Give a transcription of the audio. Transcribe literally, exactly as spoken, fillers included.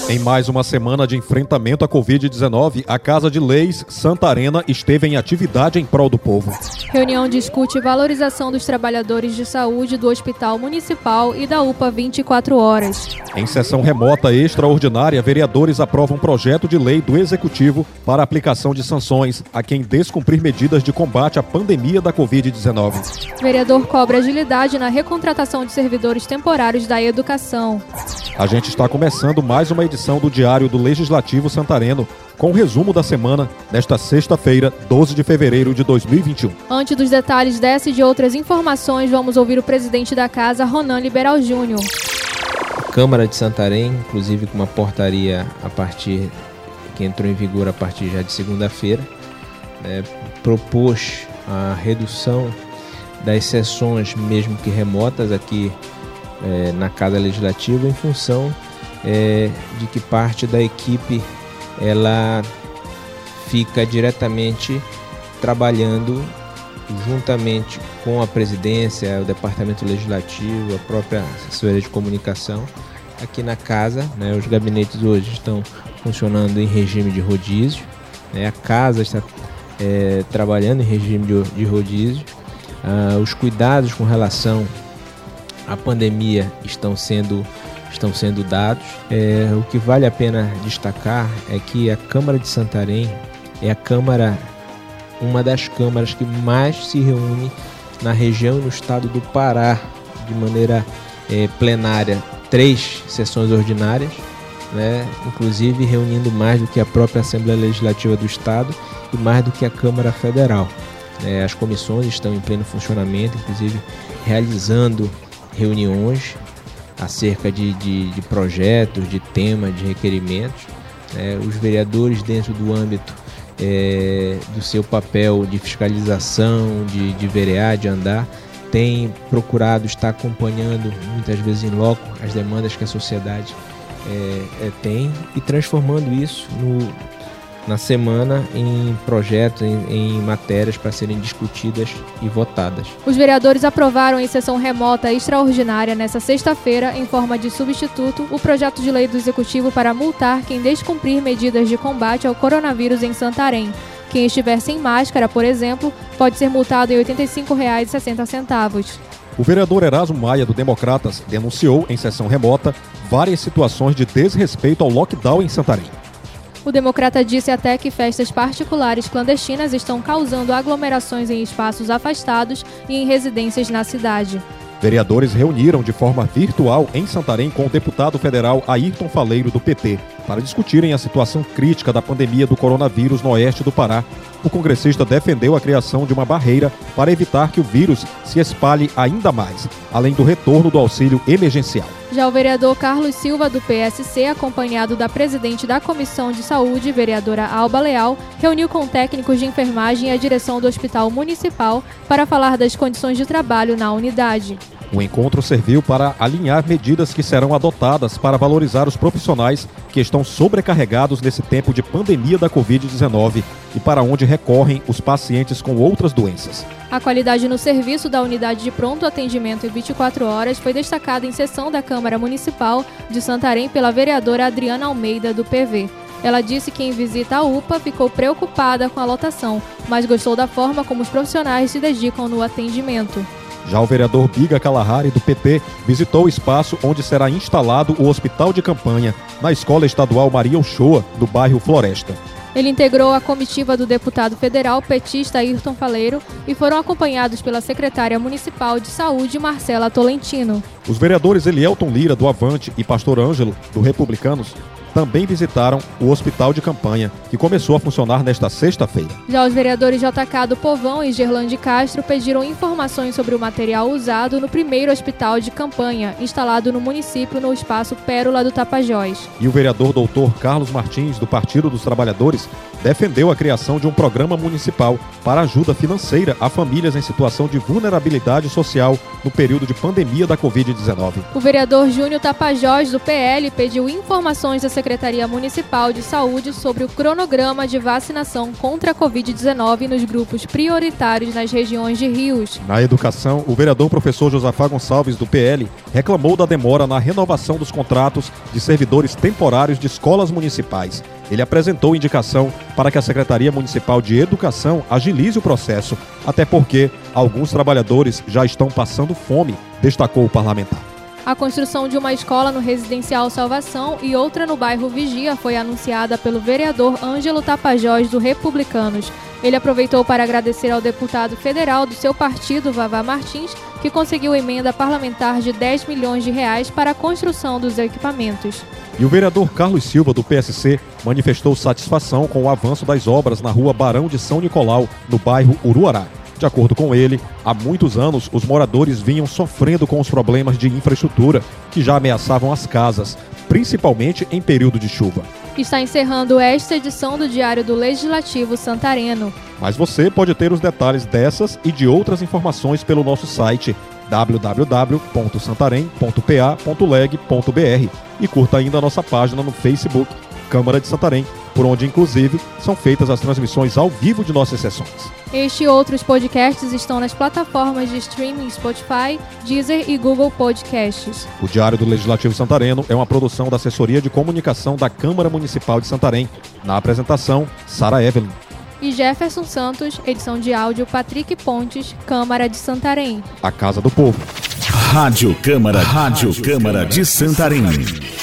Em mais uma semana de enfrentamento à covid dezenove, a Casa de Leis Santarena esteve em atividade em prol do povo. Reunião discute valorização dos trabalhadores de saúde do Hospital Municipal e da U P A vinte e quatro horas. Em sessão remota extraordinária, vereadores aprovam projeto de lei do Executivo para aplicação de sanções a quem descumprir medidas de combate à pandemia da covid dezenove. Vereador cobra agilidade na recontratação de servidores temporários da educação. A gente está começando mais uma edição do Diário do Legislativo Santareno, com o resumo da semana, nesta sexta-feira, doze de fevereiro de dois mil e vinte e um. Antes dos detalhes dessa e de outras informações, vamos ouvir o presidente da Casa, Ronan Liberal Júnior. A Câmara de Santarém, inclusive com uma portaria a partir, que entrou em vigor a partir já de segunda-feira, né, propôs a redução das sessões, mesmo que remotas, aqui é, na Casa Legislativa, em função é, de que parte da equipe ela fica diretamente trabalhando juntamente com a presidência, o departamento legislativo, a própria assessoria de comunicação aqui na casa, né? Os gabinetes hoje estão funcionando em regime de rodízio, né? A casa está é, trabalhando em regime de, de rodízio. Ah, os cuidados com relação à pandemia estão sendo estão sendo dados. É, o que vale a pena destacar é que a Câmara de Santarém é a Câmara, uma das câmaras que mais se reúne na região e no estado do Pará, de maneira é, plenária, três sessões ordinárias, né, inclusive reunindo mais do que a própria Assembleia Legislativa do Estado e mais do que a Câmara Federal. É, as comissões estão em pleno funcionamento, inclusive realizando reuniões acerca de, de, de projetos, de temas, de requerimentos. É, os vereadores, dentro do âmbito é, do seu papel de fiscalização, de, de verear, de andar, têm procurado estar acompanhando, muitas vezes em loco, as demandas que a sociedade é, é, tem e transformando isso no, na semana em projetos, em, em matérias para serem discutidas e votadas. Os vereadores aprovaram em sessão remota extraordinária nesta sexta-feira, em forma de substituto, o projeto de lei do Executivo para multar quem descumprir medidas de combate ao coronavírus em Santarém. Quem estiver sem máscara, por exemplo, pode ser multado em oitenta e cinco reais e sessenta centavos. O vereador Erasmo Maia, do Democratas, denunciou, em sessão remota, várias situações de desrespeito ao lockdown em Santarém. O democrata disse até que festas particulares clandestinas estão causando aglomerações em espaços afastados e em residências na cidade. Vereadores reuniram de forma virtual em Santarém com o deputado federal Ayrton Faleiro, do P T, para discutirem a situação crítica da pandemia do coronavírus no oeste do Pará. O congressista defendeu a criação de uma barreira para evitar que o vírus se espalhe ainda mais, além do retorno do auxílio emergencial. Já o vereador Carlos Silva, do P S C, acompanhado da presidente da Comissão de Saúde, vereadora Alba Leal, reuniu com técnicos de enfermagem e a direção do Hospital Municipal para falar das condições de trabalho na unidade. O encontro serviu para alinhar medidas que serão adotadas para valorizar os profissionais que estão sobrecarregados nesse tempo de pandemia da covid dezenove e para onde recorrem os pacientes com outras doenças. A qualidade no serviço da unidade de pronto atendimento em vinte e quatro horas foi destacada em sessão da Câmara Municipal de Santarém pela vereadora Adriana Almeida, do P V. Ela disse que em visita à U P A ficou preocupada com a lotação, mas gostou da forma como os profissionais se dedicam no atendimento. Já o vereador Biga Kalahari, do P T, visitou o espaço onde será instalado o hospital de campanha, na Escola Estadual Maria Uchoa, do bairro Floresta. Ele integrou a comitiva do deputado federal petista Ayrton Faleiro e foram acompanhados pela secretária municipal de saúde, Marcela Tolentino. Os vereadores Elielton Lira, do Avante, e Pastor Ângelo, do Republicanos, também visitaram o hospital de campanha, que começou a funcionar nesta sexta-feira. Já os vereadores J K do Povão e Gerlande Castro pediram informações sobre o material usado no primeiro hospital de campanha, instalado no município no espaço Pérola do Tapajós. E o vereador doutor Carlos Martins, do Partido dos Trabalhadores, defendeu a criação de um programa municipal para ajuda financeira a famílias em situação de vulnerabilidade social no período de pandemia da covid dezenove. O vereador Júnior Tapajós, do P L, pediu informações da Secretaria Secretaria Municipal de Saúde sobre o cronograma de vacinação contra a covid dezenove nos grupos prioritários nas regiões de rios. Na educação, o vereador professor Josafá Gonçalves, do P L, reclamou da demora na renovação dos contratos de servidores temporários de escolas municipais. Ele apresentou indicação para que a Secretaria Municipal de Educação agilize o processo, até porque alguns trabalhadores já estão passando fome, destacou o parlamentar. A construção de uma escola no Residencial Salvação e outra no bairro Vigia foi anunciada pelo vereador Ângelo Tapajós, do Republicanos. Ele aproveitou para agradecer ao deputado federal do seu partido, Vavá Martins, que conseguiu emenda parlamentar de dez milhões de reais para a construção dos equipamentos. E o vereador Carlos Silva, do P S C, manifestou satisfação com o avanço das obras na rua Barão de São Nicolau, no bairro Uruará. De acordo com ele, há muitos anos os moradores vinham sofrendo com os problemas de infraestrutura que já ameaçavam as casas, principalmente em período de chuva. Está encerrando esta edição do Diário do Legislativo Santareno. Mas você pode ter os detalhes dessas e de outras informações pelo nosso site w w w ponto santarém ponto p a ponto leg ponto b r e curta ainda a nossa página no Facebook, Câmara de Santarém, por onde, inclusive, são feitas as transmissões ao vivo de nossas sessões. Este e outros podcasts estão nas plataformas de streaming Spotify, Deezer e Google Podcasts. O Diário do Legislativo Santareno é uma produção da Assessoria de Comunicação da Câmara Municipal de Santarém. Na apresentação, Sara Evelyn. E Jefferson Santos, edição de áudio Patrick Pontes, Câmara de Santarém. A Casa do Povo. Rádio Câmara, Rádio Câmara de Santarém.